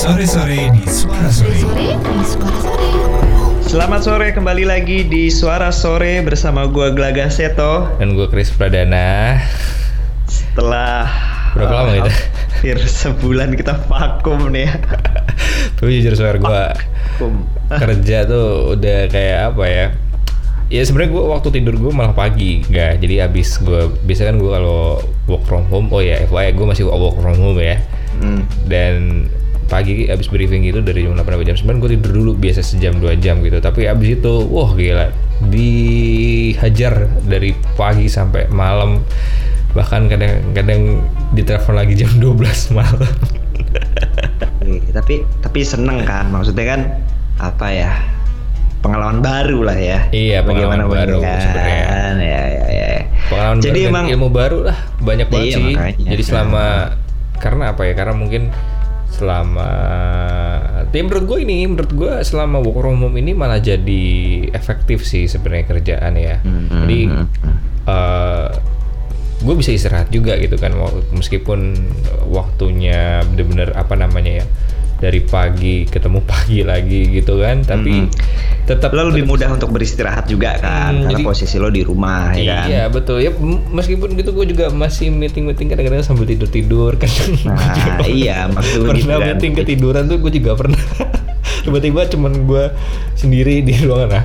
Sore-sore di Suara Sore. Selamat sore, kembali lagi di Suara Sore bersama gue Glaga Seto. Dan gue Chris Pradana. Setelah berapa lama kita? Hampir sebulan kita vakum nih ya. Tapi jujur suara gue kerja tuh udah kayak apa ya? Ya sebenarnya gue waktu tidur gue malah pagi, nggak. Jadi abis gue biasa kan gue kalau work from home, oh ya FYI gue masih work from home ya. Dan pagi abis briefing gitu dari jam 8 sampai jam 9 gue tidur dulu biasa sejam 2 jam gitu. Tapi abis itu wah gila, dihajar dari pagi sampai malam, bahkan kadang-kadang ditelepon lagi jam 12 malam. tapi seneng kan, maksudnya kan apa ya, pengalaman baru lah ya. Iya, pengalaman baru sebenarnya. Ya. Pengalaman jadi baru emang ilmu baru lah, banyak banget sih. Makanya, jadi selama karena apa ya? Karena mungkin selama menurut gue selama work from home ini malah jadi efektif sih sebenarnya kerjaan ya. Jadi gue bisa istirahat juga gitu kan, meskipun waktunya bener-bener apa namanya ya, dari pagi ketemu pagi lagi gitu kan, tapi tetap lo lebih mudah untuk beristirahat juga kan, karena posisi lo di rumah ya kan. Iya betul ya, meskipun gitu gue juga masih meeting kadang-kadang sambil tidur kan. Nah iya maksudnya pernah gitu meeting ketiduran tuh gue juga pernah. Tiba-tiba cuman gue sendiri di ruangan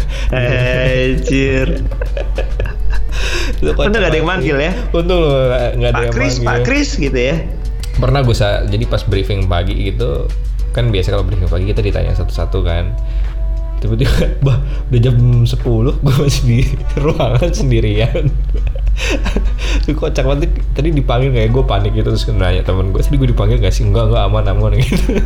Anjir. Untung gak ada yang manggil ya. Untung gak ada yang manggil. Pak Chris gitu ya. Pernah gue jadi pas briefing pagi gitu kan, biasa kalau briefing pagi kita ditanya satu-satu kan. Tiba-tiba udah jam 10 gue masih di ruangan sendirian. Itu kocak banget. Tadi dipanggil kayak gue panik gitu, terus nanya temen gue, tadi gue dipanggil gak sih? Enggak aman gitu.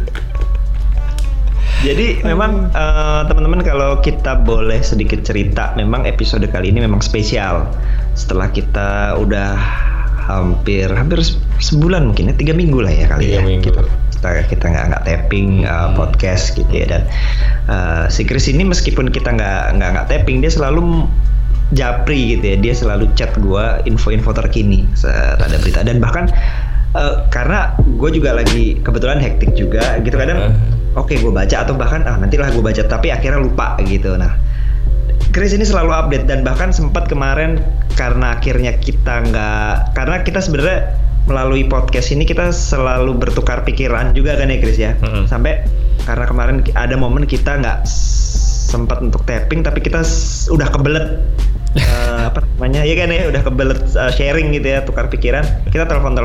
Jadi memang teman-teman, kalau kita boleh sedikit cerita, memang episode kali ini memang spesial. Setelah kita udah hampir sebulan, mungkin ya 3 minggu lah ya kali 3 minggu. Kita nggak tapping podcast gitu ya. Dan si Chris ini meskipun kita nggak tapping, dia selalu japri gitu ya. Dia selalu chat gue info-info terkini ada berita, dan bahkan karena gue juga lagi kebetulan hektik juga gitu, kadang oke, gue baca, atau bahkan nantilah gue baca tapi akhirnya lupa gitu. Nah, Chris ini selalu update, dan bahkan sempat kemarin karena akhirnya karena kita sebenarnya melalui podcast ini kita selalu bertukar pikiran juga kan ya Chris ya. Sampai karena kemarin ada momen kita nggak sempat untuk tapping, tapi kita udah kebelet apa namanya ya kan ya, udah kebelet sharing gitu ya, tukar pikiran, kita telepon.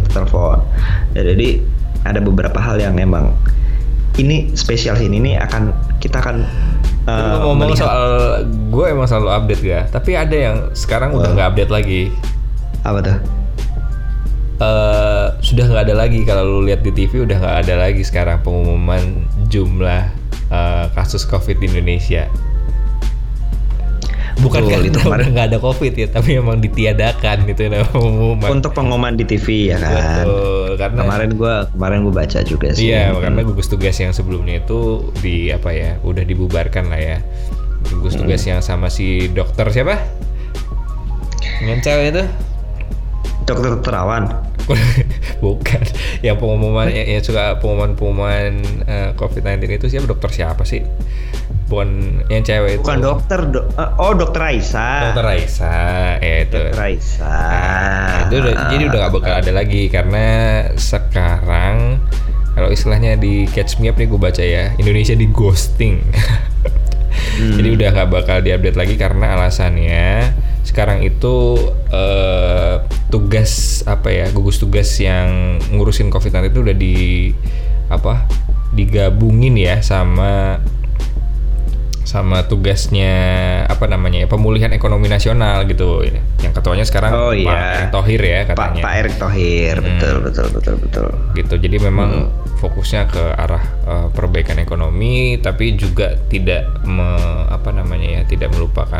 Jadi ada beberapa hal yang emang ini spesial sih, ini kita akan ngomong soal gue emang selalu update ya, tapi ada yang sekarang udah nggak update lagi. Apa tuh? Sudah nggak ada lagi, kalau lu lihat di TV udah nggak ada lagi sekarang pengumuman jumlah kasus COVID di Indonesia. Bukan karena itu udah nggak ada COVID ya, tapi emang ditiadakan gitu ya pengumuman. Untuk pengumuman di TV ya kan. Betul, karena kemarin gue baca juga sih. Iya, karena gugus tugas yang sebelumnya itu udah dibubarkan lah ya. Gugus tugas yang sama si dokter siapa? Yang cewek itu? Dokter Terawan. Bukan, yang pengumuman yang suka pengumuman COVID-19 itu dokter siapa sih? Bukan yang cewek itu. Bukan dokter, Dokter Raisa. Dokter Raisa, itu. Dokter Raisa. Itu jadi udah gak bakal ada lagi, karena sekarang kalau istilahnya di Catch Me Up nih gue baca ya, Indonesia di ghosting. Jadi udah gak bakal diupdate lagi karena alasannya sekarang itu gugus tugas yang ngurusin COVID-19 itu udah digabungin ya sama tugasnya pemulihan ekonomi nasional gitu. Yang ketuanya sekarang Pak Erick Thohir ya katanya. Pak Erick Thohir, betul. Gitu. Jadi memang fokusnya ke arah perbaikan ekonomi, tapi juga tidak tidak melupakan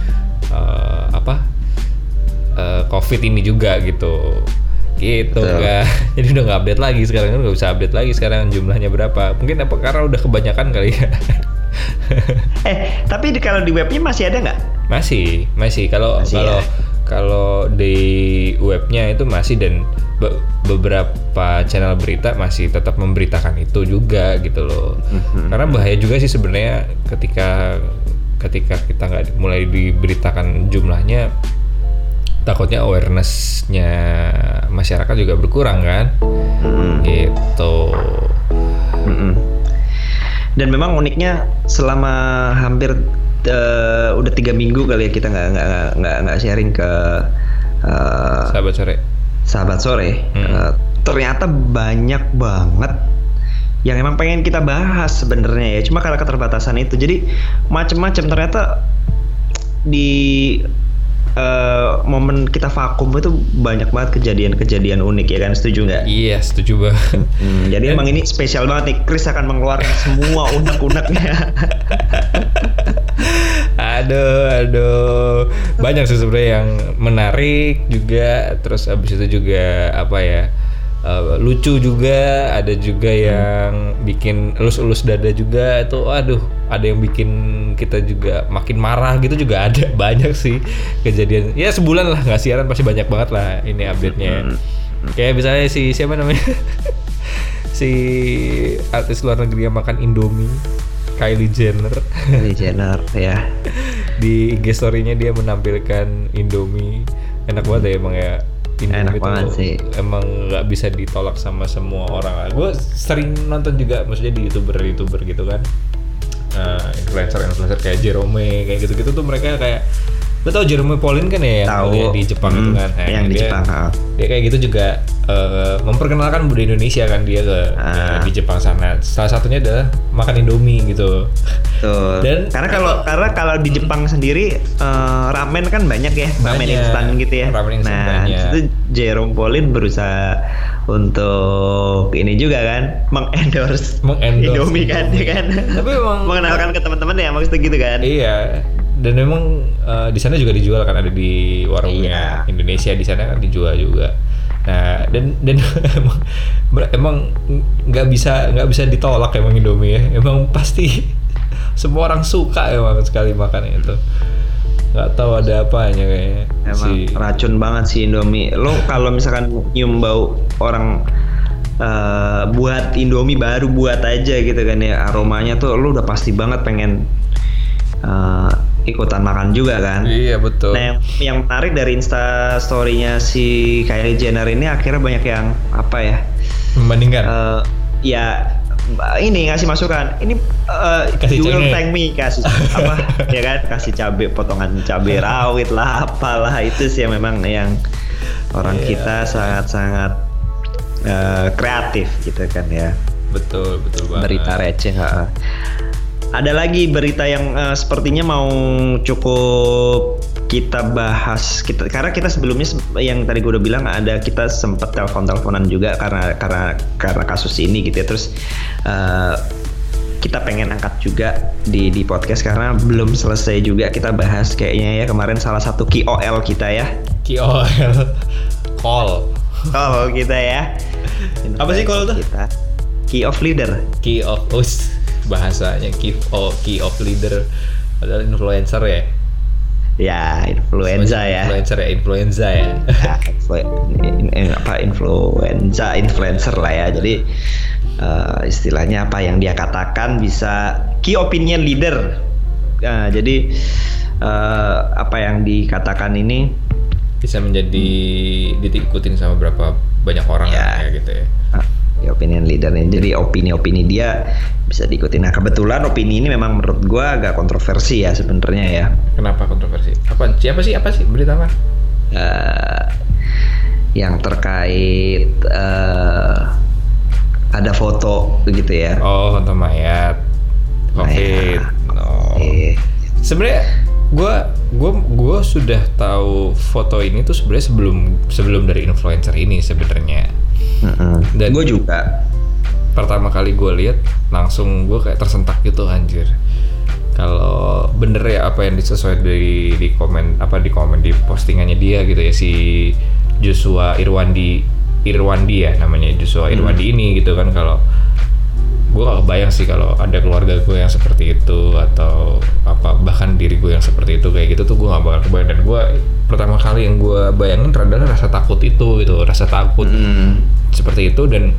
COVID ini juga gitu kan. Jadi udah nggak update lagi sekarang, nggak bisa update lagi sekarang jumlahnya berapa. Mungkin karena udah kebanyakan kali ya. Tapi kalau di webnya masih ada nggak? Masih. Kalau kalau di webnya itu masih, dan beberapa channel berita masih tetap memberitakan itu juga gitu loh. Karena bahaya juga sih sebenarnya ketika kita nggak mulai diberitakan jumlahnya, takutnya awareness-nya masyarakat juga berkurang kan. Gitu. Dan memang uniknya selama hampir udah 3 minggu kali ya kita nggak sharing ke sahabat sore. Ternyata banyak banget yang emang pengen kita bahas sebenarnya ya, cuma karena keterbatasan itu. Jadi macem-macem ternyata di momen kita vakum itu banyak banget kejadian-kejadian unik ya kan, setuju nggak? Iya, setuju banget. Jadi emang ini spesial banget nih, Chris akan mengeluarkan semua unek-uneknya. Aduh, banyak sih sebenarnya yang menarik juga, terus abis itu juga apa ya, lucu juga, ada juga yang bikin elus-elus dada juga itu, ada yang bikin kita juga makin marah gitu juga ada. Banyak sih kejadian, ya sebulan lah nggak siaran pasti banyak banget lah ini update-nya. Kayak misalnya siapa namanya si artis luar negeri yang makan Indomie, Kylie Jenner ya. Di IG story-nya dia menampilkan Indomie, enak banget ya emang ya. Indomie enak banget sih. Emang nggak bisa ditolak sama semua orang. Gue sering nonton juga, maksudnya di youtuber gitu kan, influencer kayak Jerome kayak gitu tuh, mereka kayak, lo tau Jerome Pauline kan ya, yang di Jepang itu kan, yang di Jepang. Dia kayak gitu juga memperkenalkan budaya Indonesia kan dia ke di Jepang sana. Salah satunya adalah makan Indomie gitu. Tuh. Dan karena kalau di Jepang sendiri ramen kan banyak ya, ramen instan gitu ya. Nah, itu Jerome Pauline berusaha untuk ini juga kan, mengendorse Indomie kan, ya kan. Tapi memang mengenalkan ke teman-teman ya, maksudnya gitu kan. Iya. Dan memang di sana juga dijual kan, ada di warungnya Indonesia di sana kan dijual juga. Nah, dan emang nggak bisa ditolak emang Indomie ya. Emang pasti semua orang suka emang sekali makan itu. Nggak tahu ada apanya kayaknya. Emang racun banget sih Indomie. Lo kalau misalkan nyium bau orang buat Indomie baru buat aja gitu kan ya, aromanya tuh lo udah pasti banget pengen ikutan makan juga kan. Iya betul. Nah yang menarik dari Insta story-nya si Kylie Jenner ini, akhirnya banyak yang apa ya, membandingkan. Ya ini ngasih masukan. Ini you will thank me, kasih apa ya kan, kasih potongan cabai rawit lah, apalah itu sih yang memang yang orang kita sangat-sangat kreatif gitu kan ya. Betul banget. Berita receh. Ada lagi berita yang sepertinya mau cukup kita bahas, karena kita sebelumnya yang tadi gue udah bilang, ada kita sempat teleponan juga karena kasus ini gitu ya. Terus kita pengen angkat juga di podcast karena belum selesai juga kita bahas kayaknya ya kemarin salah satu KOL kita ya. Call kita ya. Apa sih call tuh? Kita Key of Leader. Bahasanya key of leader, padahal influencer ya. Ya, influenza ya. Influencer lah ya. Jadi istilahnya apa yang dia katakan bisa key opinion leader. Jadi apa yang dikatakan ini bisa menjadi diikutin sama berapa banyak orang ya gitu ya. Opinion leadernya, jadi opini dia bisa diikuti. Nah kebetulan opini ini memang menurut gue agak kontroversi ya sebenarnya ya. Kenapa kontroversi? Apa sih berita apa? Yang terkait ada foto gitu ya. Oh, foto mayat COVID. Sebenarnya gue sudah tahu foto ini tuh sebenarnya sebelum dari influencer ini sebenarnya. Dan gue juga pertama kali gue lihat langsung gue kayak tersentak gitu, anjir. Kalau bener ya apa yang disesuai di komen di postingannya dia gitu ya, si Joshua Irwandi ya namanya, Joshua Irwandi ini gitu kan. Kalau gue gak kebayang sih kalau ada keluarga gue yang seperti itu, atau apa bahkan diri gue yang seperti itu kayak gitu tuh gue gak bakal kebayang. Dan gue pertama kali yang gue bayangin adalah rasa takut itu gitu, rasa takut seperti itu dan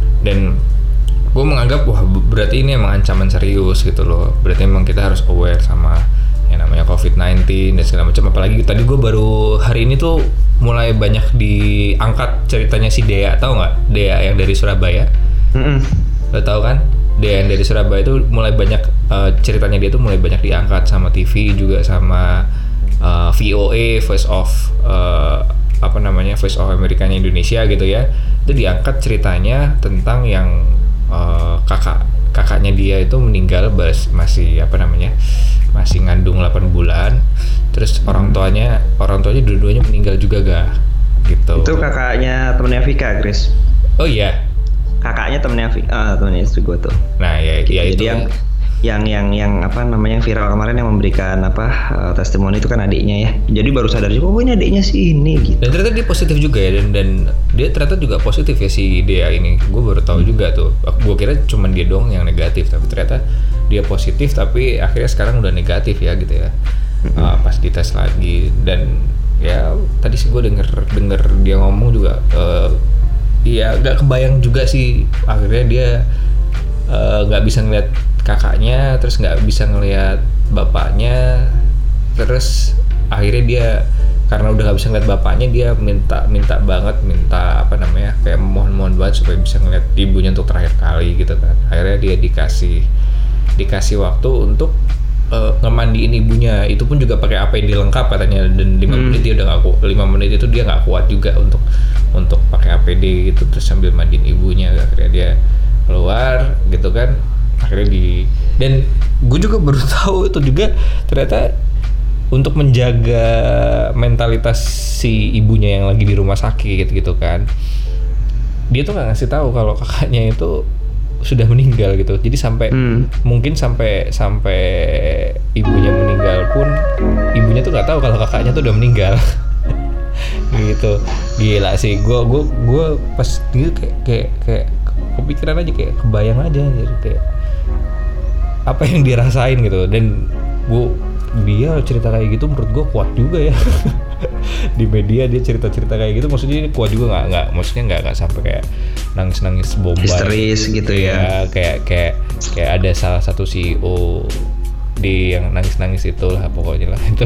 gue menganggap wah berarti ini emang ancaman serius gitu loh, berarti emang kita harus aware sama yang namanya COVID-19 dan segala macam. Apalagi tadi gue baru hari ini tuh mulai banyak diangkat ceritanya si Dea, tahu nggak? Dea yang dari Surabaya. Lo tahu kan? Dea yang dari Surabaya itu mulai banyak ceritanya dia tuh mulai banyak diangkat sama TV juga sama VOA Voice of Voice of Amerikanya Indonesia gitu ya. Itu diangkat ceritanya tentang yang kakaknya dia itu meninggal masih ngandung 8 bulan. Terus orang tuanya dua-duanya meninggal juga gitu. Itu kakaknya temennya Vika, Chris. Oh iya. Kakaknya temennya istri gue tuh. Nah ya jadi itu yang viral kemarin yang memberikan testimoni itu kan adiknya ya. Jadi baru sadar juga, oh ini adiknya si ini gitu. Dan ternyata dia positif juga ya, dan dia ternyata juga positif ya si Dea ini. Gue baru tahu juga tuh. Gue kira cuma dia doang yang negatif, tapi ternyata dia positif tapi akhirnya sekarang udah negatif ya gitu ya. Pas dites lagi dan ya tadi sih gue denger dia ngomong juga. Iya, gak kebayang juga sih akhirnya dia gak bisa ngeliat kakaknya, terus gak bisa ngeliat bapaknya, terus akhirnya dia karena udah gak bisa ngeliat bapaknya dia minta kayak mohon banget supaya bisa ngeliat ibunya untuk terakhir kali gitu kan. Akhirnya dia dikasih waktu untuk ngemandiin ibunya, itu pun juga pakai APD lengkap katanya, dan 5 menit dia udah 5 menit itu dia nggak kuat juga untuk pakai APD gitu, terus sambil mandiin ibunya. Akhirnya dia keluar gitu kan, akhirnya dan gue juga baru tahu itu juga ternyata untuk menjaga mentalitas si ibunya yang lagi di rumah sakit gitu kan, dia tuh nggak ngasih tahu kalau kakaknya itu sudah meninggal gitu. Jadi mungkin sampai ibunya meninggal pun ibunya tuh nggak tahu kalau kakaknya tuh udah meninggal. Gitu. Gila sih, gue pas gitu kayak kepikiran aja, kayak kebayang aja jadi kayak apa yang dirasain gitu. Dan dia cerita kayak gitu menurut gue kuat juga ya. Di media dia cerita kayak gitu, maksudnya kuat juga, maksudnya nggak sampai kayak nangis bombay histeris gitu ya. Kayak ada salah satu CEO yang nangis itulah pokoknya lah itu.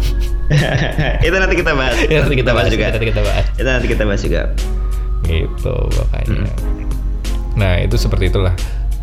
Itu nanti kita bahas. Nanti kita bahas juga. Gitu makanya. Nah itu seperti itulah.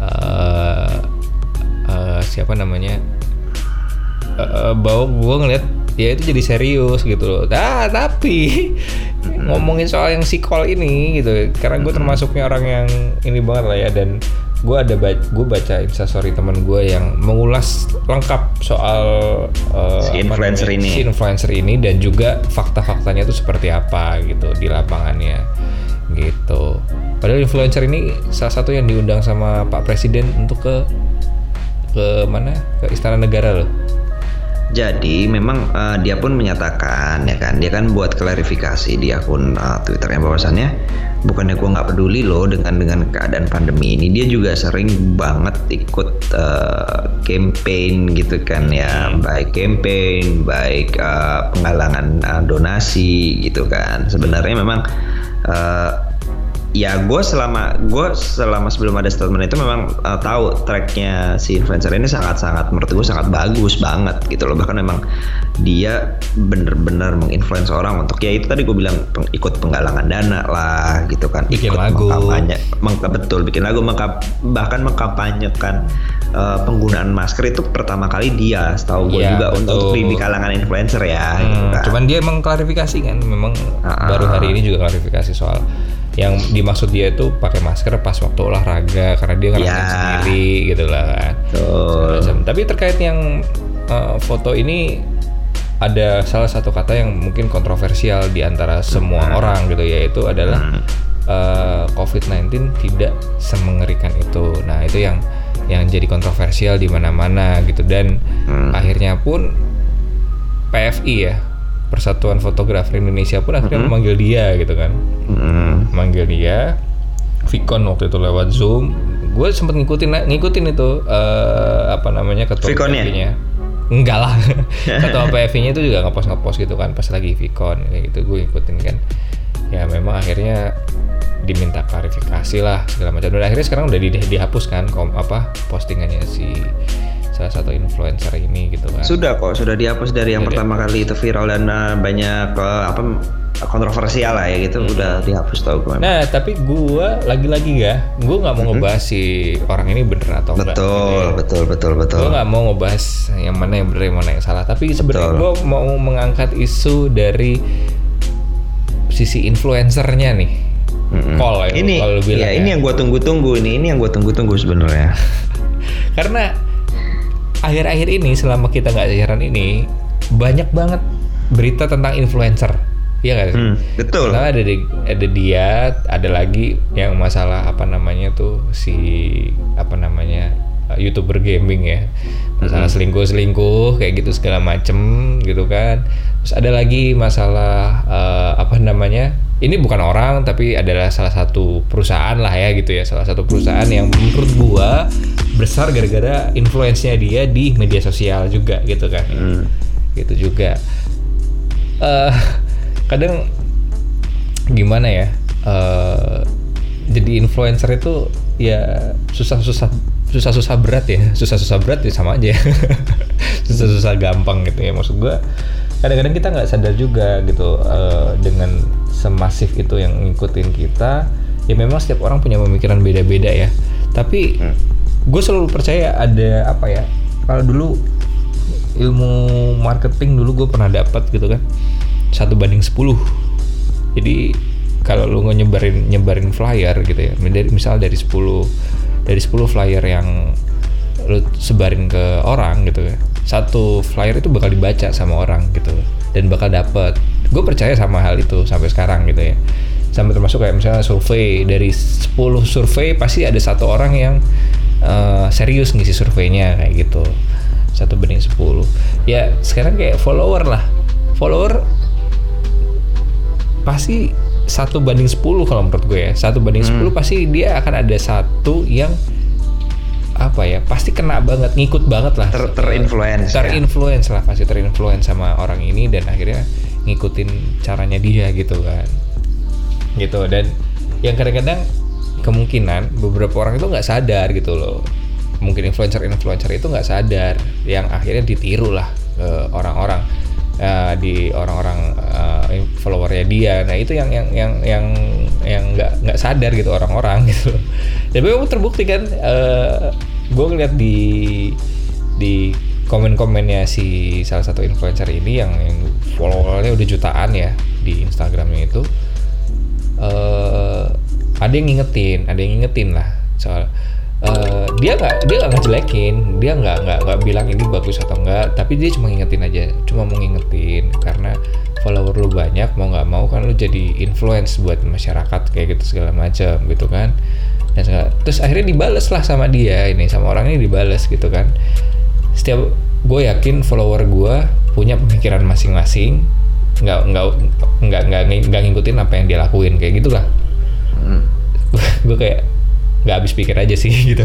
Siapa namanya? Bahwa gue ngeliat ya itu jadi serius gitu loh. Tapi ngomongin soal yang psikol ini gitu, karena gue termasuknya orang yang ini banget lah ya, dan gue baca instastory teman gue yang mengulas lengkap soal si influencer ini dan juga fakta-faktanya itu seperti apa gitu di lapangannya gitu. Padahal influencer ini salah satu yang diundang sama Pak Presiden untuk ke mana? Ke Istana Negara loh. Jadi memang dia pun menyatakan ya kan, dia kan buat klarifikasi di akun Twitternya bahwasannya bukannya gue nggak peduli loh dengan keadaan pandemi ini, dia juga sering banget ikut campaign gitu kan ya, baik campaign baik penggalangan donasi gitu kan. Sebenarnya memang ya gue selama sebelum ada statement itu memang tahu tracknya si influencer ini sangat menurut gue sangat bagus banget gitu loh. Bahkan memang dia bener-bener menginfluence orang untuk ya itu tadi gue bilang ikut penggalangan dana lah gitu kan, bikin ikut lagu, bikin lagu, bahkan mengkampanyekan penggunaan masker itu pertama kali dia setahu gue juga untuk di kalangan influencer ya. Gitu kan. Cuman dia mengklarifikasi kan, memang baru hari ini juga klarifikasi soal yang dimaksud dia itu pakai masker pas waktu olahraga karena dia ngelakuin sendiri gitu lah kan. Tapi terkait yang foto ini ada salah satu kata yang mungkin kontroversial di antara semua orang gitu, yaitu adalah COVID-19 tidak semengerikan itu. Nah itu yang jadi kontroversial di mana-mana gitu, dan akhirnya pun PFI ya, Persatuan Fotografer Indonesia pun akhirnya memanggil dia gitu kan, memanggil dia Vicon waktu itu lewat Zoom. Gue sempet ngikutin itu ketua PFI-nya. enggak lah. Ketua PFV-nya itu juga ngepost gitu kan pas lagi VCon kayak gitu, gue ikutin kan. Ya memang akhirnya diminta klarifikasi lah segala macam, dan akhirnya sekarang udah dihapus kan postingannya si salah satu influencer ini gitu kan. Sudah dihapus dari yang pertama kali itu viral dan banyak kontroversial lah ya gitu, udah dihapus tau gue. Nah tapi gue lagi-lagi ya, gue nggak mau ngebahas si orang ini bener atau enggak. Betul. Gue nggak mau ngebahas yang mana yang bener yang mana yang salah, tapi sebenarnya gue mau mengangkat isu dari sisi influencernya nih. Call ya, ini kalau bilang ini yang gue tunggu-tunggu ini yang gue tunggu-tunggu sebenarnya. Karena akhir-akhir ini selama kita nggak siaran ini banyak banget berita tentang influencer, iya nggak sih? Betul. Karena ada dia, ada lagi yang masalah YouTuber gaming ya, masalah selingkuh kayak gitu segala macem gitu kan. Terus ada lagi masalah ini bukan orang tapi adalah salah satu perusahaan lah ya gitu ya, salah satu perusahaan yang menurut gua besar gara-gara influence-nya dia di media sosial juga gitu kan. Gitu juga. Kadang gimana ya? Jadi influencer itu ya susah-susah berat ya. Susah-susah berat ya sama aja. Susah-susah gampang gitu ya. Maksud gua kadang-kadang kita nggak sadar juga gitu dengan semasif itu yang ngikutin kita. Ya memang setiap orang punya pemikiran beda-beda ya. Tapi gue selalu percaya ada kalau dulu ilmu marketing dulu gue pernah dapat gitu kan, 1:10. Jadi kalau lu nyebarin flyer gitu ya, misal dari 10 flyer yang lu sebarin ke orang gitu ya, satu flyer itu bakal dibaca sama orang gitu dan bakal dapet. Gue percaya sama hal itu sampai sekarang gitu ya. Sampai termasuk kayak misalnya survei, dari 10 survei pasti ada satu orang yang serius ngisi surveinya kayak gitu. 1:10. Ya sekarang kayak follower pasti 1:10 kalau menurut gue ya. 1:10 pasti dia akan ada satu yang pasti kena banget, ngikut banget lah, terinfluence lah, pasti terinfluence sama orang ini dan akhirnya ngikutin caranya dia gitu kan, gitu. Dan yang kadang-kadang kemungkinan beberapa orang itu nggak sadar gitu loh, mungkin influencer itu nggak sadar, yang akhirnya ditiru lah orang-orang di orang-orang followernya dia. Nah itu yang nggak sadar gitu orang-orang gitu. Tapi memang terbukti kan, gue ngeliat di komen-komennya si salah satu influencer ini yang followernya udah jutaan ya di Instagramnya itu, ada yang ngingetin lah soal dia nggak ngejelekin, dia nggak bilang ini bagus atau enggak, tapi dia cuma ngingetin aja, cuma mau ngingetin karena follower lu banyak, mau nggak mau kan lu jadi influence buat masyarakat kayak gitu segala macam gitu kan. Dan terus akhirnya dibales lah sama dia ini, sama orang ini dibales gitu kan. Setiap gue yakin follower gue punya pemikiran masing-masing, nggak ngikutin apa yang dia lakuin kayak gitulah. Gue kayak nggak habis pikir aja sih gitu.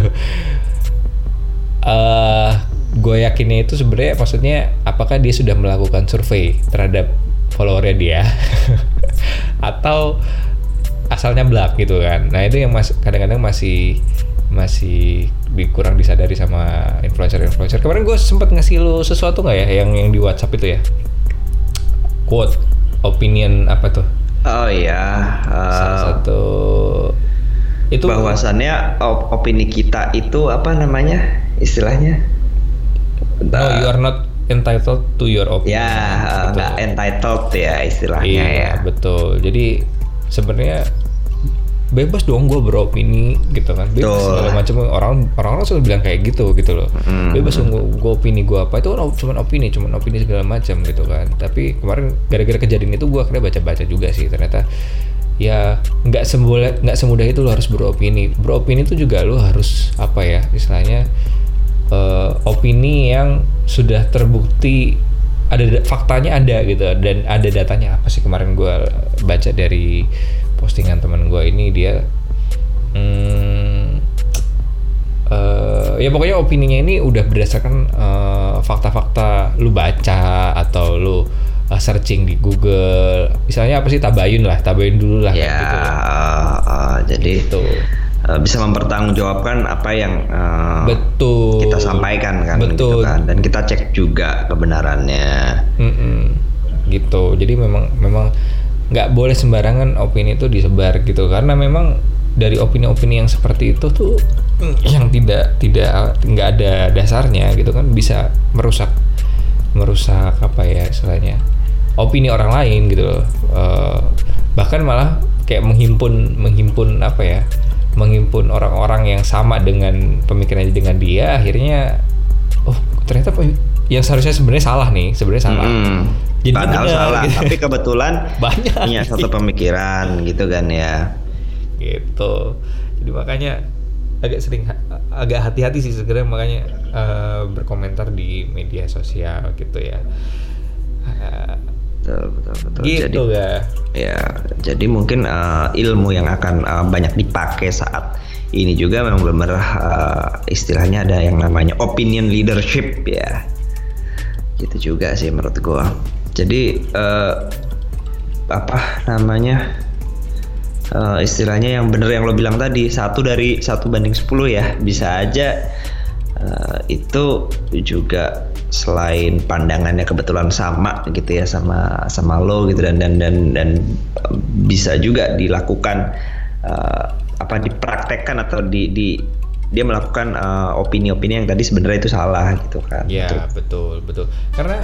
Gue yakinnya itu sebenarnya maksudnya apakah dia sudah melakukan survei terhadap followernya dia atau asalnya blak gitu kan. Nah itu yang kadang-kadang masih kurang disadari sama influencer. Kemarin gue sempat ngasih lo sesuatu nggak ya yang di WhatsApp itu ya, quote opinion apa tuh? Oh iya, salah satu itu bahwasannya opini kita itu apa namanya istilahnya? No, you are not entitled to your opinion. Ya, nggak entitled ya istilahnya. Iya, ya. Betul. Jadi sebenarnya bebas dong gue beropini gitu kan, bebas segala macam. Orang-orang selalu bilang kayak gitu loh. Bebas dong gue opini gue apa, itu kan cuma opini segala macam gitu kan. Tapi kemarin gara-gara kejadian itu gue akhirnya baca-baca juga sih, ternyata ya nggak semudah itu lo harus beropini itu juga lo harus istilahnya opini yang sudah terbukti, ada faktanya ada gitu, dan ada datanya. Apa sih kemarin gue baca dari postingan teman gue ini, dia ya pokoknya opininya ini udah berdasarkan fakta-fakta lu baca atau lu searching di Google. Misalnya apa sih, tabayun dulu lah. Ya, gitu. Jadi itu bisa mempertanggungjawabkan apa yang betul kita sampaikan kan, betul. Gitu kan. Dan kita cek juga kebenarannya. Gitu. Jadi memang nggak boleh sembarangan opini itu disebar gitu, karena memang dari opini-opini yang seperti itu tuh yang tidak nggak ada dasarnya gitu kan, bisa merusak apa ya istilahnya, opini orang lain gitu loh. Bahkan malah kayak menghimpun apa ya, menghimpun orang-orang yang sama dengan pemikirannya dengan dia, akhirnya ternyata yang seharusnya sebenarnya salah. Jadi padahal benar, salah, gitu. tapi kebetulan banyak punya satu pemikiran gitu kan ya. Gitu. Jadi makanya agak hati-hati sih sebenarnya, makanya berkomentar di media sosial gitu ya. Betul. Gitu jadi mungkin ilmu yang akan banyak dipakai saat ini juga memang benar istilahnya ada yang namanya opinion leadership ya. Gitu juga sih menurut gua. Jadi istilahnya yang bener yang lo bilang tadi, 1 banding 10 ya, bisa aja itu juga selain pandangannya kebetulan sama gitu ya sama lo gitu, dan bisa juga dilakukan dipraktekkan atau dia melakukan opini-opini yang tadi sebenarnya itu salah gitu kan. Ya betul. Karena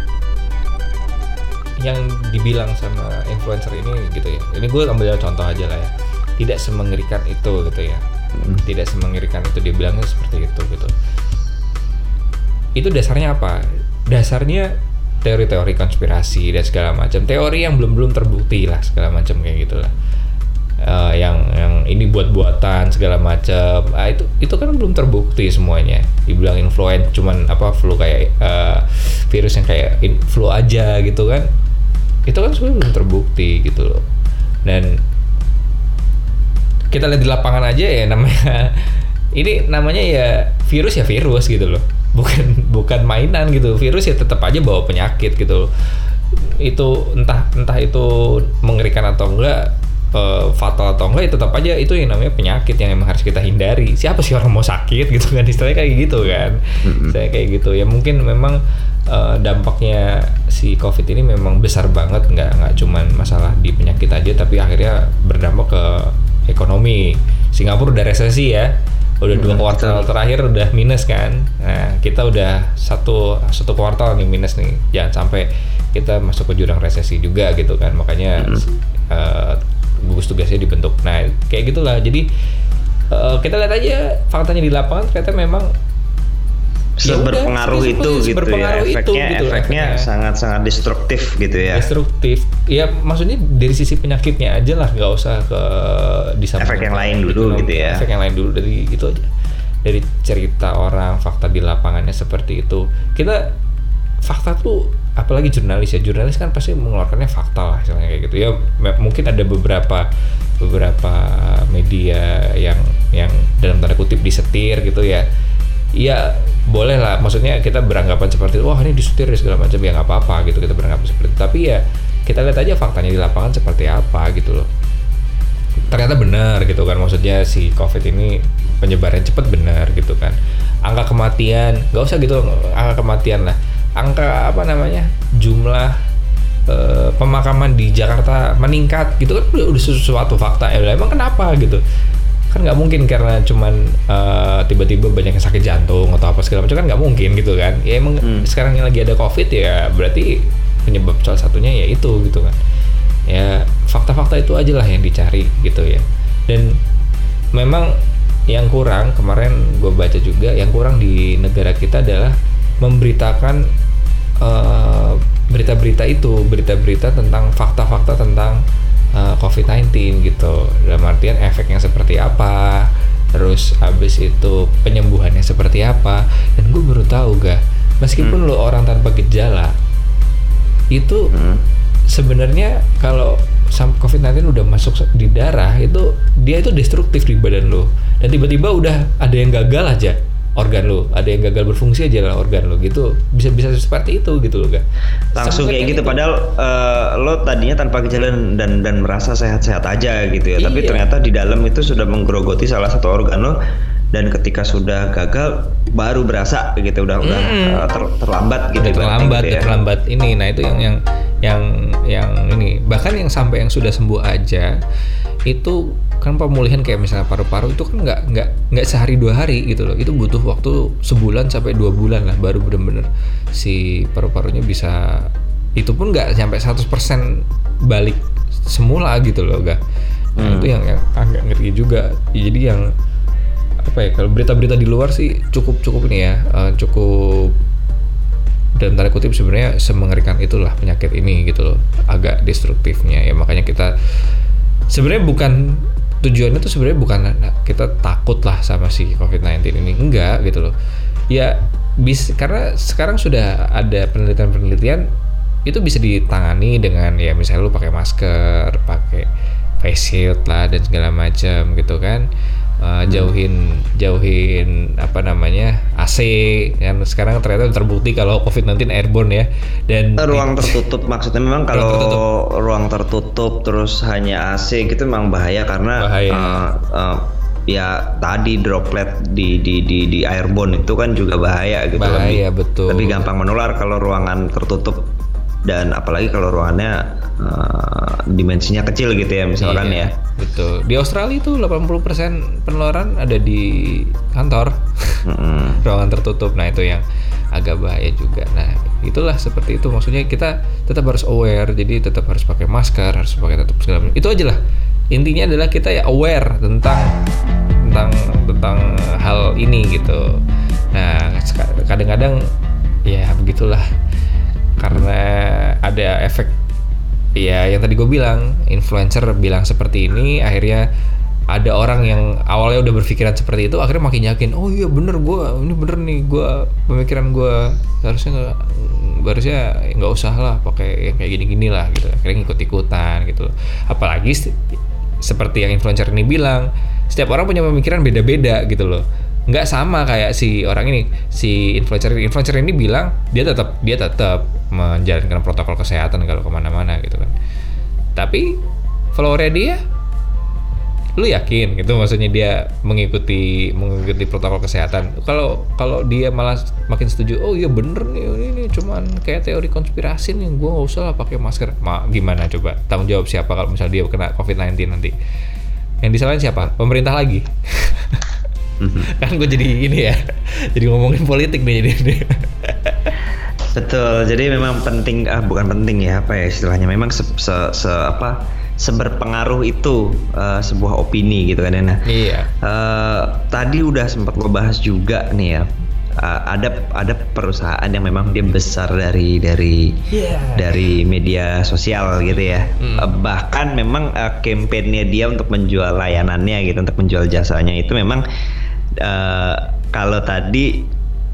yang dibilang sama influencer ini gitu ya, ini gue ambil contoh aja lah ya, tidak semengerikan itu gitu ya. Tidak semengerikan itu, dia bilangnya seperti itu gitu. Itu dasarnya apa? Dasarnya teori-teori konspirasi dan segala macam, teori yang belum terbukti lah segala macam kayak gitulah. Yang ini buat-buatan segala macam, itu kan belum terbukti semuanya. Dibilang influenza cuman flu kayak virus yang kayak flu aja gitu kan, itu kan sebenarnya belum terbukti gitu loh. Dan kita lihat di lapangan aja ya, namanya ya virus gitu loh, bukan mainan gitu. Virus ya tetap aja bawa penyakit gitu loh. Itu entah itu mengerikan atau enggak, fatal atau enggak, ya tetap aja itu yang namanya penyakit yang emang harus kita hindari. Siapa sih orang mau sakit gitu kan, istilahnya kayak gitu kan. Saya kayak gitu ya, mungkin memang dampaknya si COVID ini memang besar banget, nggak cuman masalah di penyakit aja, tapi akhirnya berdampak ke ekonomi. Singapura udah resesi ya, udah 2 kuartal terakhir udah minus kan. Nah, kita udah satu kuartal nih minus nih, jangan sampai kita masuk ke jurang resesi juga gitu kan. Makanya gugus tugasnya dibentuk. Nah kayak gitulah. Jadi kita lihat aja faktanya di lapangan, ternyata memang berpengaruh itu gitu ya. Efeknya sangat destruktif gitu ya. Destruktif. Ya maksudnya dari sisi penyakitnya aja lah, nggak usah ke disambung efek yang lain dulu gitu ya. Efek yang lain dulu, dari itu aja. Dari cerita orang, fakta di lapangannya seperti itu. Fakta tuh, apalagi jurnalis kan pasti mengeluarkannya fakta lah, misalnya kayak gitu ya. Mungkin ada beberapa media yang dalam tanda kutip disetir gitu ya. Ya boleh lah, maksudnya kita beranggapan seperti itu, wah ini disetir segala macam, ya nggak apa-apa gitu, kita beranggapan seperti itu. Tapi ya kita lihat aja faktanya di lapangan seperti apa gitu loh. Ternyata benar gitu kan, maksudnya si COVID ini penyebaran cepat, benar gitu kan. Angka kematian, nggak usah gitu angka kematian lah, angka jumlah pemakaman di Jakarta meningkat gitu kan, udah sesuatu fakta ya. Emang kenapa gitu kan, nggak mungkin karena cuman tiba-tiba banyak yang sakit jantung atau apa segala macam kan, nggak mungkin gitu kan ya. Emang sekarang yang lagi ada COVID ya, berarti penyebab salah satunya ya itu gitu kan ya. Fakta-fakta itu aja lah yang dicari gitu ya. Dan memang yang kurang, kemarin gue baca juga, yang kurang di negara kita adalah memberitakan berita-berita tentang fakta-fakta tentang COVID-19 gitu, dalam artian efeknya seperti apa, terus habis itu penyembuhannya seperti apa. Dan gue baru tahu meskipun lo orang tanpa gejala itu sebenarnya kalau COVID-19 udah masuk di darah itu, dia itu destruktif di badan lo, dan tiba-tiba udah ada yang gagal aja organ lo, ada yang gagal berfungsi aja lah organ lo gitu, bisa seperti itu gitu loh kan. Langsung kayak gitu, padahal lo tadinya tanpa gejala dan merasa sehat-sehat aja gitu ya, tapi ternyata di dalam itu sudah menggerogoti salah satu organ lo, dan ketika sudah gagal baru berasa gitu, udah terlambat gitu. Terlambat ini. Nah itu yang ini, bahkan yang sampai yang sudah sembuh aja itu kan pemulihan kayak misalnya paru-paru itu kan nggak sehari 2 hari gitu loh, itu butuh waktu sebulan sampai 2 bulan lah baru bener-bener si paru-parunya bisa, itu pun nggak sampai 100% balik semula gitu loh ga. Nah, itu yang agak ngeri juga. Jadi yang apa ya, kalau berita-berita di luar sih cukup ini ya, cukup dalam tanda kutip sebenarnya semengerikan itulah penyakit ini gitu loh, agak destruktifnya ya. Makanya kita sebenarnya tujuannya tuh sebenarnya bukan kita takut lah sama si COVID-19 ini, enggak gitu loh ya, karena sekarang sudah ada penelitian itu bisa ditangani dengan ya misalnya lu pakai masker, pakai face shield lah dan segala macam gitu kan. Jauhin apa namanya AC kan, sekarang ternyata terbukti kalau COVID-19 airborne ya, dan ruang tertutup maksudnya memang kalau ruang tertutup terus hanya AC gitu memang bahaya karena ya tadi droplet di airborne itu kan juga bahaya gitu, betul, lebih gampang menular kalau ruangan tertutup, dan apalagi kalau ruangannya dimensinya kecil gitu ya misalkan ya. Betul. Di Australia itu 80% penularan ada di kantor. Ruangan tertutup. Nah, itu yang agak bahaya juga. Nah, itulah seperti itu. Maksudnya kita tetap harus aware. Jadi tetap harus pakai masker, harus pakai tutup segala macam. Itu aja lah. Intinya adalah kita ya aware tentang hal ini gitu. Nah, kadang-kadang ya begitulah. Karena ada efek ya yang tadi gue bilang, influencer bilang seperti ini, akhirnya ada orang yang awalnya udah berpikiran seperti itu akhirnya makin yakin, oh iya bener, ini bener nih, gue pemikiran gue harusnya nggak usah lah pakai yang kayak gini-gini lah gitu, akhirnya ngikut-ikutan gitu. Apalagi seperti yang influencer ini bilang, setiap orang punya pemikiran beda-beda gitu loh, nggak sama kayak si orang ini, si influencer ini bilang dia tetap menjalankan protokol kesehatan kalau kemana-mana gitu kan, tapi followernya dia, lu yakin gitu, maksudnya dia mengikuti protokol kesehatan. Kalau dia malah makin setuju, oh iya bener nih, ini cuman kayak teori konspirasi nih, gue nggak usah lah pakai masker. Gimana coba tanggung jawab siapa kalau misalnya dia kena COVID-19 nanti? Yang disalahin siapa? Pemerintah lagi. Kan gue jadi ini ya, jadi ngomongin politik nih jadi. Betul, jadi memang penting, bukan penting ya, apa ya istilahnya, memang seberpengaruh itu sebuah opini gitu kan ya. Iya. Tadi udah sempat gue bahas juga nih ya, ada perusahaan yang memang dia besar dari media sosial gitu ya. Bahkan memang kampanye dia untuk menjual layanannya gitu, untuk menjual jasanya itu memang kalau tadi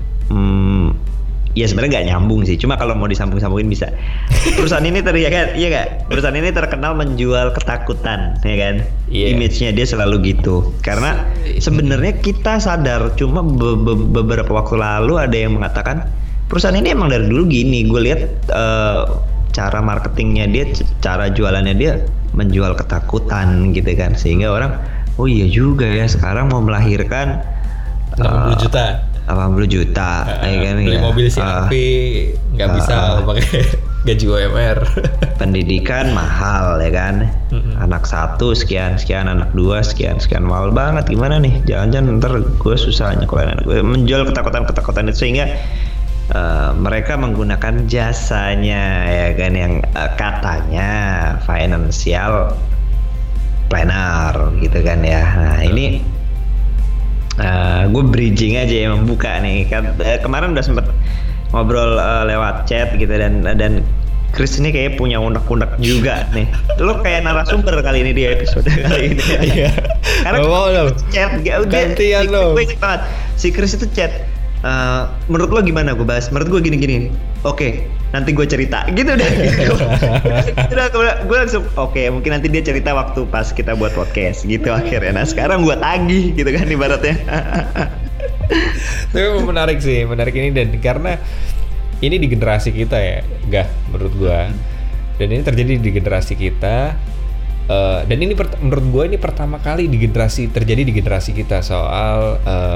ya sebenarnya nggak nyambung sih, cuma kalau mau disambung-sambungin bisa. Perusahaan ini perusahaan ini terkenal menjual ketakutan, ya kan? Image-nya dia selalu gitu. Karena sebenarnya kita sadar, cuma beberapa waktu lalu ada yang mengatakan perusahaan ini emang dari dulu gini. Gue lihat cara marketingnya dia, cara jualannya dia menjual ketakutan gitu kan, sehingga orang, oh iya juga ya, sekarang mau melahirkan 80 juta, ya kan, beli mobil CRV nggak bisa pakai gaji UMR. Pendidikan mahal ya kan, anak 1 sekian, anak 2 sekian, mahal banget, gimana nih, jangan-jangan ntar gue susah nyekolahin anak gue. Menjual ketakutan itu sehingga mereka menggunakan jasanya ya kan, yang katanya financial planner gitu kan ya. Nah ini gue bridging aja ya, membuka nih kan, kemarin udah sempet ngobrol lewat chat gitu, dan Chris ini kayak punya unek-unek juga nih. Lo kayak narasumber kali ini di episode kali ini. Iya. Karena chat gantian lo. Gue inget banget si Chris itu chat, menurut lo gimana gue bahas, menurut gue gini. Oke, nanti gue cerita gitu deh. Gue langsung oke, mungkin nanti dia cerita waktu pas kita buat podcast gitu akhirnya. Nah sekarang gue tagih gitu kan ibaratnya. Tapi menarik sih, menarik ini dan karena ini di generasi kita ya, menurut gua. Dan ini terjadi di generasi kita. Dan ini menurut gue ini pertama kali terjadi di generasi kita soal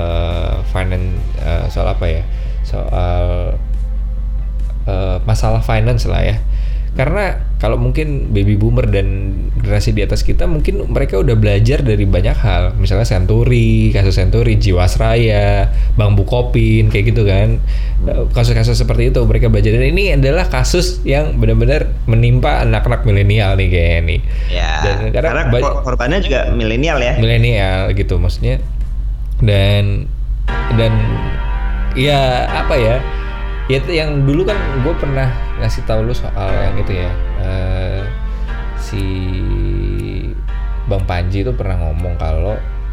soal apa ya, soal masalah finance lah ya. Karena kalau mungkin baby boomer dan generasi di atas kita mungkin mereka udah belajar dari banyak hal, misalnya kasus Senturi, Jiwasraya, Bang Bukopin kayak gitu kan. Kasus-kasus seperti itu mereka belajar, dan ini adalah kasus yang benar-benar menimpa anak-anak milenial nih kayaknya nih. Ya. Dan karena korbannya juga milenial ya. Milenial gitu maksudnya. Dan ya apa ya? Ya yang dulu kan gue pernah ngasih tahu lu soal yang itu ya, si Bang Panji itu pernah ngomong kalau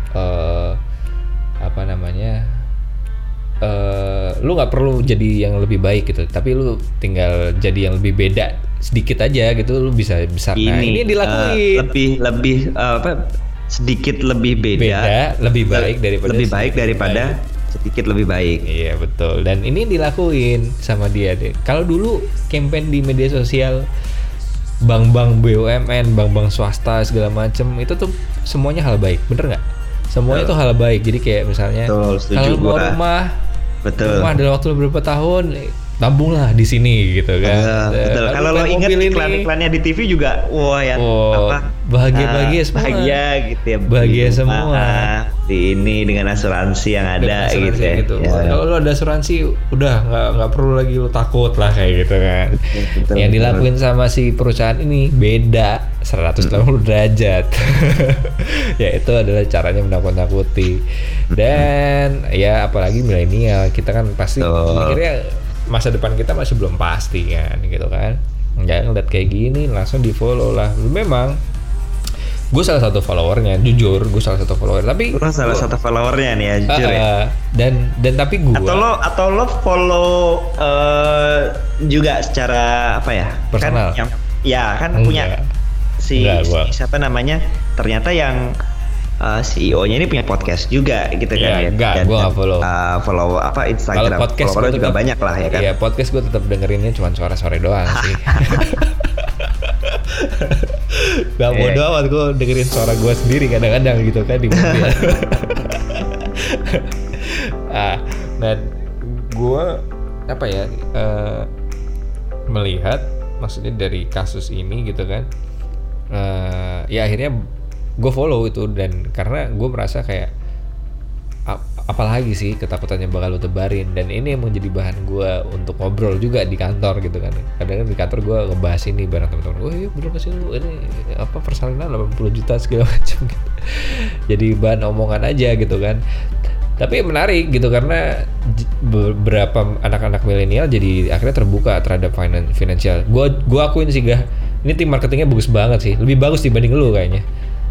lu nggak perlu jadi yang lebih baik gitu, tapi lu tinggal jadi yang lebih beda sedikit aja gitu, lu bisa besar. Nah ini dilakuin lebih sedikit lebih beda lebih baik daripada sedikit lebih baik. Iya betul. Dan ini dilakuin sama dia deh. Kalau dulu campaign di media sosial bank-bank BUMN, bank-bank swasta segala macem itu tuh semuanya hal baik, bener nggak? Semuanya tuh hal baik. Jadi kayak misalnya kalau mau rumah dalam waktu beberapa tahun, tabunglah di sini gitu kan. Betul. Kalau lo ingat iklan-iklannya di TV juga, bahagia semua. Bahagia gitu ya. Bahagia semua. Di ini dengan asuransi yang ada gitu ya. Kalau lo ada asuransi, udah nggak perlu lagi lo takut lah kayak gitu kan. Betul, yang dilakuin sama si perusahaan ini beda 180 derajat. Ya itu adalah caranya menakut-nakuti. Dan ya apalagi milenial, kita kan pasti mikirnya masa depan kita masih belum pasti kan gitu kan. Jangan ngeliat kayak gini langsung di follow lah. Memang gue salah satu followernya, jujur gue salah satu follower, tapi lo salah satu followernya nih ya, jujur ya. Dan tapi gue atau lo follow juga secara apa ya, personal kan punya siapa namanya, ternyata yang CEO-nya ini punya podcast juga gitu kan ya. Enggak, gue nggak follow Instagram. Kalau podcast gue juga banyak lah ya kan. Iya, podcast gue tetap dengerinnya cuma suara-suara doang sih. Gak bodo amat, gue dengerin suara gue sendiri kadang-kadang gitu kan di mobil. Dan gue melihat maksudnya dari kasus ini gitu kan, ya akhirnya gue follow itu, dan karena gue merasa kayak apalagi sih ketakutannya bakal lo tebarin, dan ini yang menjadi bahan gue untuk ngobrol juga di kantor gitu kan. Kadang-kadang di kantor gue ngebahas ini bareng teman-teman, iya bener gak sih lu ini persalinan 80 juta segala macam gitu. Jadi bahan omongan aja gitu kan. Tapi menarik gitu karena beberapa anak-anak milenial jadi akhirnya terbuka terhadap finansial. Gue akuin sih ini tim marketingnya bagus banget sih, lebih bagus dibanding lu kayaknya.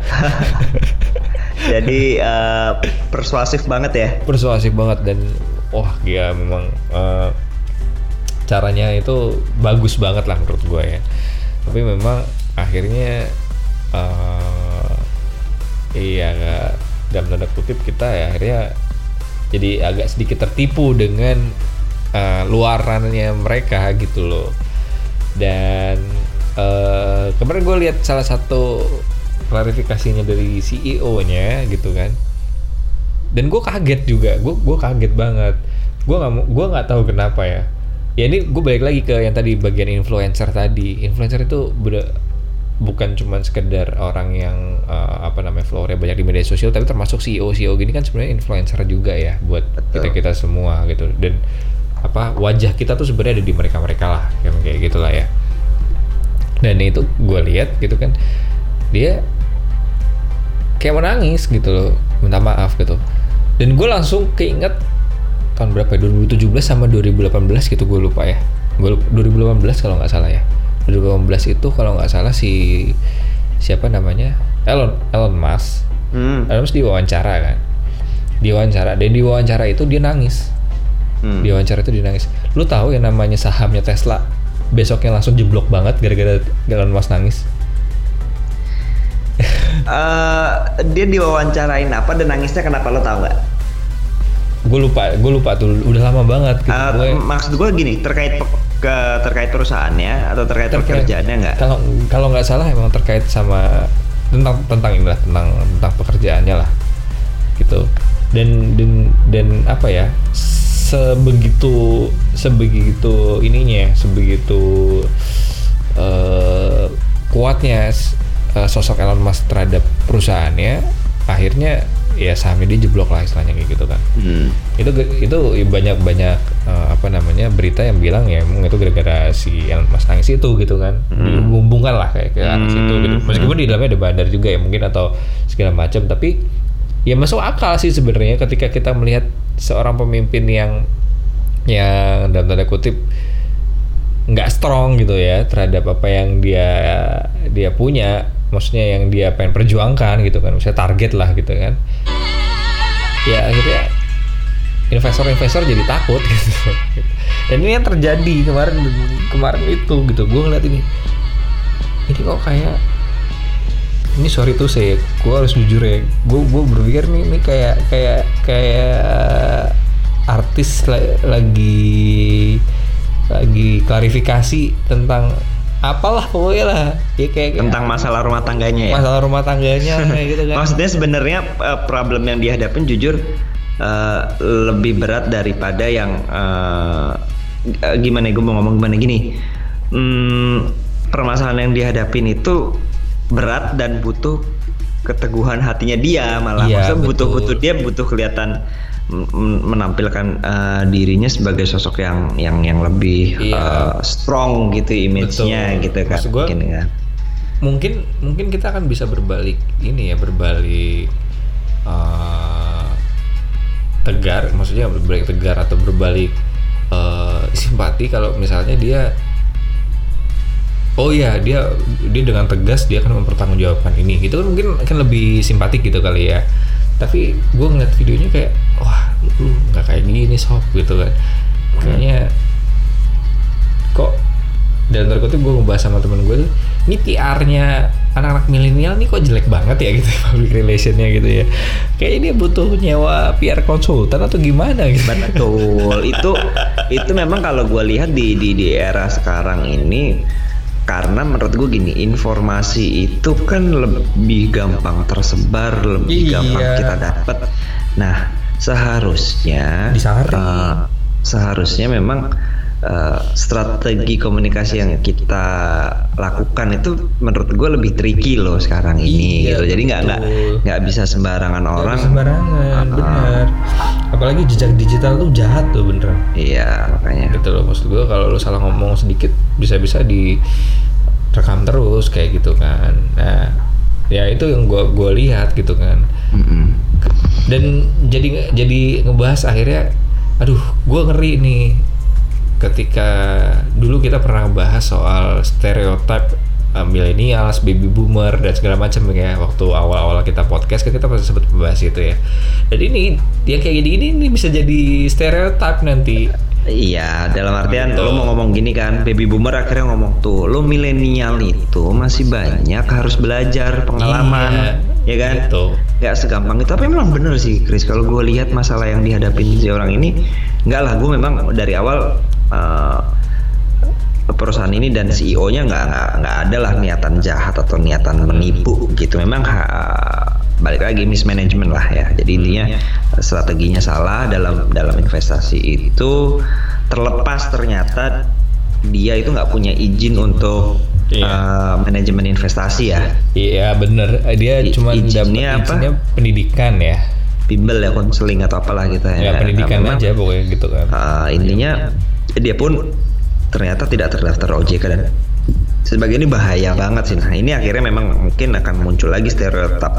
Jadi persuasif banget ya. Persuasif banget, dan gila memang caranya itu bagus banget lah menurut gue ya. Tapi memang akhirnya dalam tanda kutip kita ya akhirnya jadi agak sedikit tertipu dengan luarannya mereka gitu loh. Dan kemarin gue lihat salah satu klarifikasinya dari CEO-nya gitu kan, dan gue kaget juga, gue kaget banget. Gue nggak tahu kenapa ya. Ya ini gue balik lagi ke yang tadi bagian influencer tadi. Influencer itu bukan cuma sekedar orang yang followernya banyak di media sosial, tapi termasuk CEO gini kan sebenarnya influencer juga ya buat kita semua gitu. Dan wajah kita tuh sebenarnya ada di mereka lah, yang kayak gitulah ya. Dan itu gue lihat gitu kan, dia kayak menangis gitu loh, minta maaf gitu. Dan gue langsung keinget tahun berapa ya, 2017 sama 2018 gitu, gue lupa ya. 2018 kalau nggak salah ya. 2018 itu kalau nggak salah siapa namanya, Elon Musk. Elon Musk diwawancara kan. Dan di wawancara itu dia nangis. Di wawancara itu dia nangis. Lu tahu yang namanya sahamnya Tesla besoknya langsung jeblok banget gara-gara Elon Musk nangis. Dia diwawancarain apa dan nangisnya kenapa, lo tau nggak? gue lupa tuh, udah lama banget gitu. Maksud gue gini, terkait perusahaannya atau terkait pekerjaannya nggak? Kalau nggak salah emang terkait sama tentang inilah, tentang pekerjaannya lah gitu. Dan apa ya, sebegitu ininya, sebegitu kuatnya sosok Elon Musk terhadap perusahaannya, akhirnya ya sahamnya dia jeblok lah istilahnya kayak gitu kan. Itu banyak berita yang bilang ya emang itu gara-gara si Elon Musk nangis itu gitu kan. Dihubungkan lah kayak ke arah situ gitu. Meskipun di dalamnya ada bandar juga ya mungkin atau segala macam, tapi ya masuk akal sih sebenarnya ketika kita melihat seorang pemimpin yang dalam tanda kutip nggak strong gitu ya terhadap apa yang dia punya, maksudnya yang dia pengen perjuangkan gitu kan, misalnya target lah gitu kan. Ya akhirnya investor jadi takut gitu. Dan ini yang terjadi kemarin itu gitu. Gue ngeliat ini kok kayak, ini sorry tuh gue harus jujur ya, gue berpikir ini kayak artis lagi klarifikasi tentang apalah pokoknya lah ya, kayak tentang masalah rumah tangganya kayak gitu kan. Maksudnya sebenarnya problem yang dihadapin jujur lebih berat daripada yang gimana, gue mau ngomong gimana gini, permasalahan yang dihadapin itu berat dan butuh keteguhan hatinya dia, malah maksudnya butuh kelihatan menampilkan dirinya sebagai sosok yang lebih strong gitu image-nya. Betul. Gitu kan. Maksud gua, mungkin kita akan bisa berbalik tegar, maksudnya berbalik tegar atau berbalik simpati kalau misalnya dia dengan tegas dia akan mempertanggungjawabkan ini gitu kan, mungkin akan lebih simpatik gitu kali ya. Tapi gue ngeliat videonya kayak, wah lu nggak kayak gini sob gitu kan. Kayaknya kok, dan terkutip gue ngebahas sama temen gue tuh, ini PR-nya anak-anak milenial nih kok jelek banget ya gitu, public relation-nya gitu ya. Kayaknya dia butuh nyewa PR konsultan atau gimana gitu. Betul. itu memang kalau gue lihat di era sekarang ini, karena menurut gue gini, informasi itu kan lebih gampang tersebar, lebih gampang kita dapat. Nah, seharusnya memang strategi komunikasi yang kita lakukan itu menurut gue lebih tricky loh sekarang ini gitu. Jadi nggak bisa sembarangan orang. Benar. Apalagi jejak digital tuh jahat tuh beneran. Iya, makanya. Gitu loh, maksud gue kalau lu salah ngomong sedikit bisa-bisa direkam terus kayak gitu kan. Nah, ya itu yang gue lihat gitu kan. Dan jadi ngebahas akhirnya, aduh, gue ngeri nih. Ketika dulu kita pernah bahas soal stereotip millennials, baby boomer dan segala macam ya, waktu awal-awal kita podcast kan kita pasti sempat membahas itu ya. Dan ini yang kayak gini ini bisa jadi stereotip nanti. Iya, dalam artian lo mau ngomong gini kan, baby boomer akhirnya ngomong tuh, lo milenial itu masih banyak harus belajar pengalaman, ya kan? Gitu. Gak segampang itu. Tapi memang bener sih, Chris. Kalau gue lihat masalah yang dihadapin si orang ini, enggak lah, gue memang dari awal perusahaan ini dan CEO-nya nggak ada lah niatan jahat atau niatan menipu gitu. Memang balik lagi mismanagement lah ya. Jadi intinya strateginya salah dalam investasi itu, terlepas ternyata dia itu nggak punya izin untuk manajemen investasi ya. Iya bener, dia cuma izinnya pendidikan ya, bimbel ya, konseling atau apalah gitu ya. Pendidikan aja pokoknya gitu kan. Intinya dia pun ternyata tidak terdaftar OJK dan sebagainya. Ini bahaya banget sih. Nah ini akhirnya memang mungkin akan muncul lagi stereotip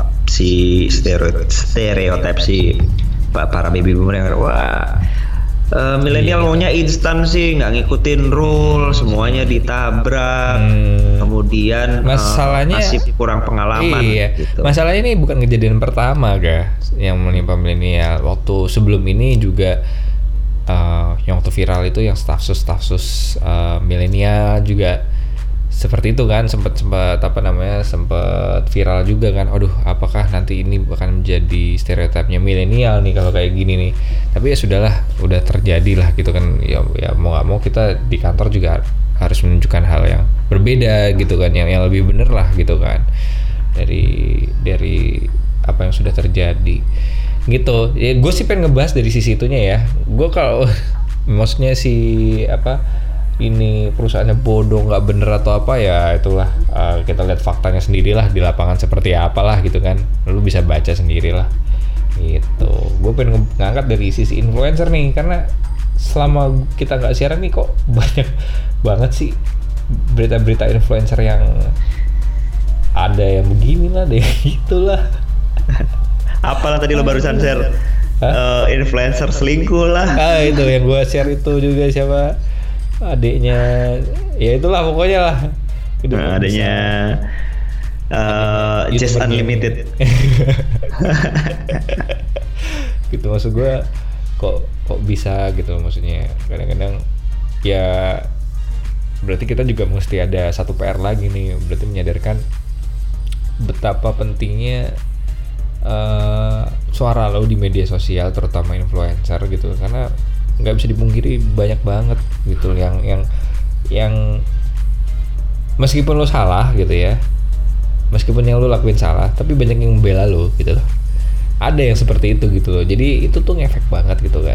si para baby boomer yang milenial maunya instan sih, nggak ngikutin rule, semuanya ditabrak, kemudian masalahnya masih kurang pengalaman. Gitu. Masalahnya ini bukan kejadian pertama yang menimpa milenial. Waktu sebelum ini juga yang waktu viral itu yang stafsus milenial juga seperti itu kan, sempat viral juga kan. Aduh, apakah nanti ini akan menjadi stereotipnya milenial nih kalau kayak gini nih. Tapi ya sudahlah, udah terjadi lah gitu kan. Ya mau nggak mau kita di kantor juga harus menunjukkan hal yang berbeda gitu kan, yang lebih bener lah gitu kan dari apa yang sudah terjadi gitu. Ya gue sih pengen ngebahas dari sisi itunya ya. Gue kalau maksudnya ini perusahaannya bodoh, nggak bener atau apa ya itulah, kita lihat faktanya sendirilah di lapangan seperti apalah gitu kan, lu bisa baca sendirilah gitu. Gue pengen ngangkat dari sisi influencer nih, karena selama kita nggak siaran nih kok banyak banget sih berita-berita influencer yang ada yang begini lah, ada yang gitulah. Apalah tadi lo barusan share influencer selingkuh lah. Itu yang gue share itu juga, siapa adiknya, ya itulah pokoknya lah. Adiknya Just Unlimited. Gitu, maksud gue kok bisa gitu, maksudnya kadang-kadang ya berarti kita juga mesti ada satu PR lagi nih, berarti menyadarkan betapa pentingnya suara lo di media sosial, terutama influencer gitu, karena nggak bisa dipungkiri banyak banget gitu yang meskipun lo salah gitu ya, meskipun yang lo lakuin salah, tapi banyak yang membela lo gitu loh. Ada yang seperti itu gitu loh, jadi itu tuh ngefek banget gitu kan,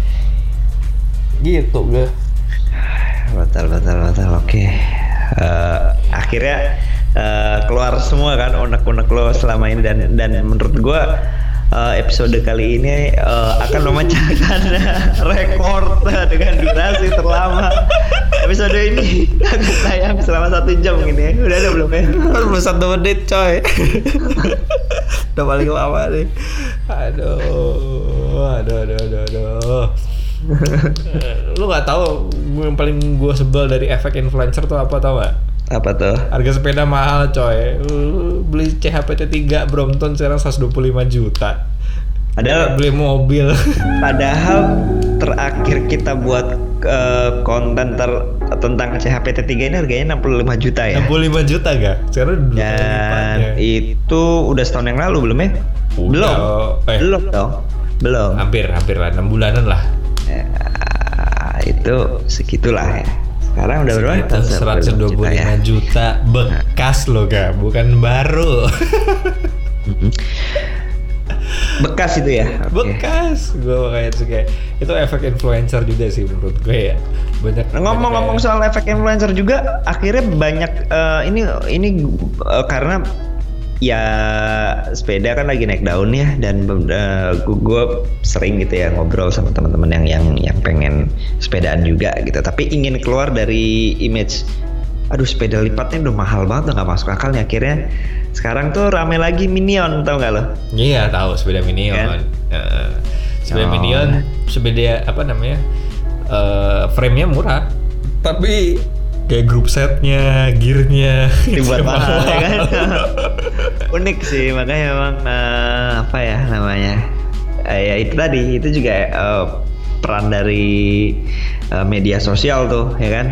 gitu gue. Betul. Oke. Akhirnya keluar semua kan unek-unek lo selama ini, dan menurut gue episode kali ini akan memecahkan rekor dengan durasi terlama. Episode ini akan tayang selama 1 jam gini ya. Udah ada belum ya? 21 menit coy. Udah paling lama nih. Aduh. Lu nggak tahu yang paling gue sebel dari efek influencer tuh apa, tau gak? Apa tuh? Harga sepeda mahal coy. Beli CHPT 3 Brompton sekarang 125 juta. Padahal beli mobil. Padahal terakhir kita buat konten tentang CHPT 3 ini harganya 65 juta ya. 65 juta gak? Sekarang dan itu udah setahun yang lalu belum ya? Belum dong. Belum. Hampir lah, 6 bulanan lah. Ya, itu segitulah ya. Sekarang udah berapa? 125 juta bekas loh gak, bukan baru. Bekas itu ya? Okay. Bekas. Gue makanya suka. Itu efek influencer juga sih menurut gue ya. Ngomong-ngomong soal efek influencer juga, akhirnya banyak ini karena ya sepeda kan lagi naik daun ya, dan gue sering gitu ya ngobrol sama teman-teman yang pengen sepedaan juga gitu, tapi ingin keluar dari image aduh sepeda lipatnya udah mahal banget, udah nggak masuk akal nih. Akhirnya sekarang tuh rame lagi Minion, tau nggak lo? Iya tahu sepeda Minion kan? Sepeda Minion, sepeda apa namanya, frame-nya murah tapi kayak group setnya, gearnya dibuat mahal ya kan. Unik sih, makanya memang apa ya namanya, ya itu tadi, itu juga peran dari media sosial tuh ya kan.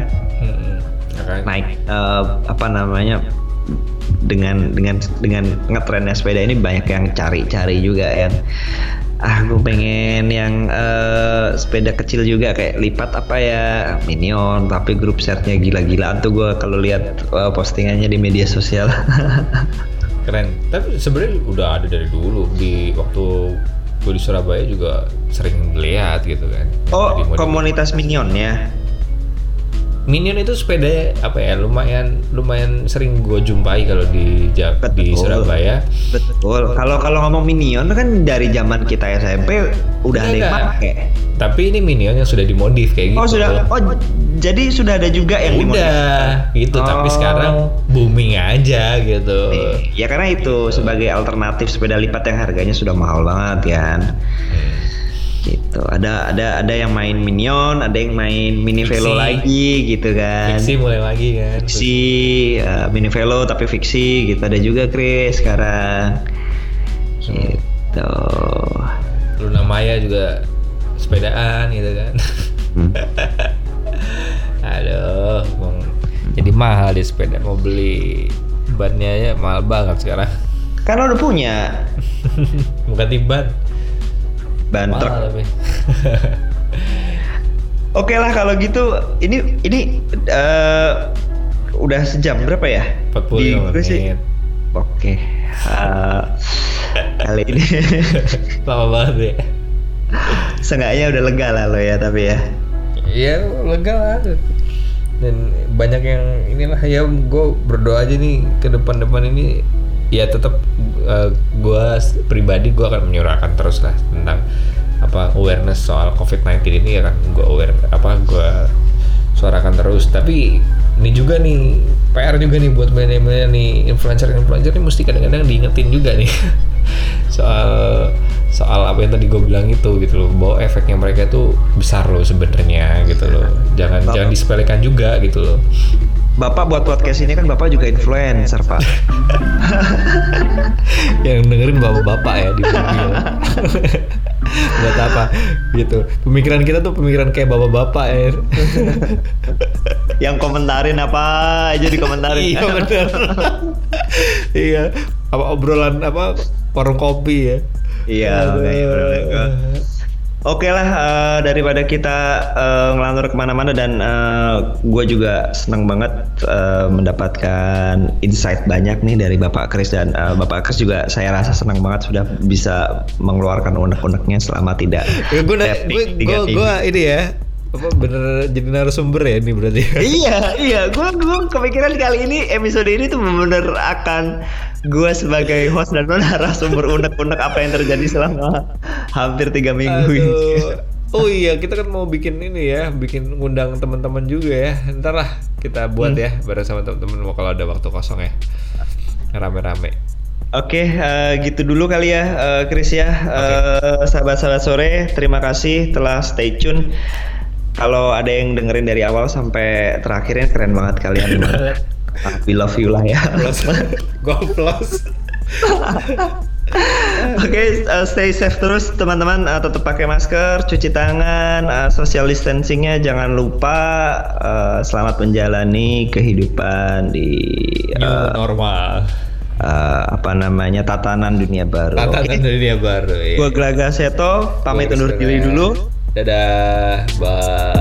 Naik apa namanya, dengan ngetrennya sepeda ini banyak yang cari juga yang gue pengen yang sepeda kecil juga kayak lipat apa ya, Minion, tapi grup setnya gila-gilaan tuh gue kalau lihat postingannya di media sosial. Keren. Tapi sebenarnya udah ada dari dulu, di waktu gue di Surabaya juga sering lihat gitu kan. Oh, komunitas Minion ya. Minion itu sepeda apa ya, lumayan sering gue jumpai kalau di Surabaya. Betul. Kalau ngomong Minion kan dari zaman kita SMP udah ada yang pakai. Tapi ini Minion yang sudah dimodif kayak gitu. Oh sudah. Oh jadi sudah ada juga yang dimodif. Udah gitu. Tapi sekarang booming aja gitu. Ya karena itu sebagai alternatif sepeda lipat yang harganya sudah mahal banget kan. Gitu. Ada yang main Minion, ada yang main Mini Velo lagi gitu kan. Fiksi mulai lagi kan. Fiksi, Mini Velo tapi fiksi gitu, ada juga Chris sekarang. Gitu. Luna Maya juga sepedaan gitu kan. Aduh, Jadi mahal di sepeda, mau beli bannya ya mahal banget sekarang. Karena udah punya Bukan di ban truk. mahal tapi. Oke lah kalau gitu, ini udah sejam berapa ya? 45 menit. Oke. Kali ini Lama banget ya. seenggaknya udah lega lah lo ya, tapi ya. Iya lega lah. Dan banyak yang inilah ya, gue berdoa aja nih ke depan ini ya tetap gue pribadi gue akan menyuarakan terus lah tentang awareness soal COVID-19 ini ya kan, gue suarakan terus. Tapi ini juga nih PR juga nih buat banyak nih influencer nih mesti kadang-kadang diingetin juga nih soal apa yang tadi gue bilang itu gitu loh, bahwa efeknya mereka tuh besar loh sebenarnya gitu loh. Jangan disepelekan juga gitu loh. Bapak buat podcast ini kan Bapak juga influencer, Pak. Yang dengerin bapak-bapak ya di mobil. Buat apa gitu. Pemikiran kita tuh pemikiran kayak bapak-bapak ya. Yang komentarin apa aja dikomentarin. Iya benar. Iya. Obrolan warung kopi ya. Iya. Oke lah, daripada kita ngelantur kemana-mana, dan gue juga senang banget mendapatkan insight banyak nih dari Bapak Kris, dan Bapak Kris juga saya rasa senang banget sudah bisa mengeluarkan unek-uneknya selama tidak. Gue ini ya, bener jadi narasumber ya ini berarti. Iya, gue kepikiran kali ini episode ini tuh bener gue sebagai host dan narasumber unek-unek apa yang terjadi selama hampir 3 minggu ini. Oh iya, kita kan mau bikin ini ya, bikin ngundang teman-teman juga ya. Ntar lah kita buat ya bareng sama teman-teman kalau ada waktu kosong ya, rame-rame. Oke, gitu dulu kali ya, Kris ya. Sahabat-sahabat sore, terima kasih telah stay tune. Kalau ada yang dengerin dari awal sampai terakhirnya, keren banget kalian. We love you lah ya. Goplos. Oke, stay safe terus teman-teman. Tetap pakai masker, cuci tangan, social distancingnya jangan lupa. Selamat menjalani kehidupan di normal. Tatanan dunia baru. Dunia baru. Gua Glaga Seto, pamit undur diri dulu. Dadah, bye.